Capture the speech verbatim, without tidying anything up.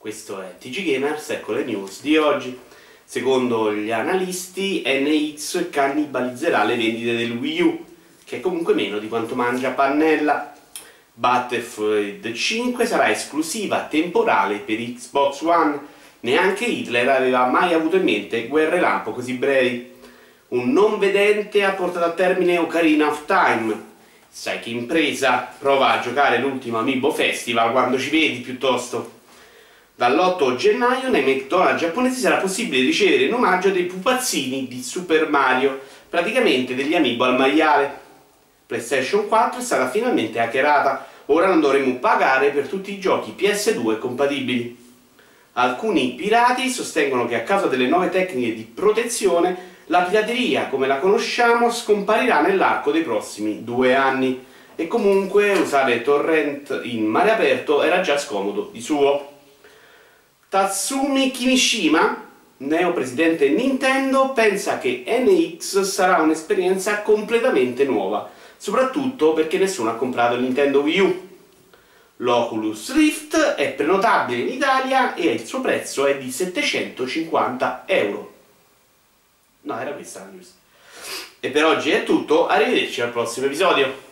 Questo è T G Gamers, ecco le news di oggi. Secondo gli analisti N X cannibalizzerà le vendite del Wii U, che è comunque meno di quanto mangia Pannella. Battlefield cinque sarà esclusiva temporale per Xbox One. Neanche Hitler aveva mai avuto in mente guerre lampo così brevi. Un non vedente ha portato a termine Ocarina of Time. Sai che impresa? Prova a giocare l'ultimo Amiibo Festival quando ci vedi piuttosto. Dall'otto gennaio nei McDonald's giapponesi sarà possibile ricevere in omaggio dei pupazzini di Super Mario, praticamente degli amiibo al maiale. PlayStation quattro è stata finalmente hackerata, ora non dovremo pagare per tutti i giochi P S due compatibili. Alcuni pirati sostengono che a causa delle nuove tecniche di protezione la pirateria come la conosciamo scomparirà nell'arco dei prossimi due anni e comunque usare torrent in mare aperto era già scomodo di suo. Tatsumi Kimishima, neo presidente Nintendo, pensa che N X sarà un'esperienza completamente nuova, soprattutto perché nessuno ha comprato il Nintendo Wii U. L'Oculus Rift è prenotabile in Italia e il suo prezzo è di settecentocinquanta euro. No, era questa la news. E per oggi è tutto, arrivederci al prossimo episodio.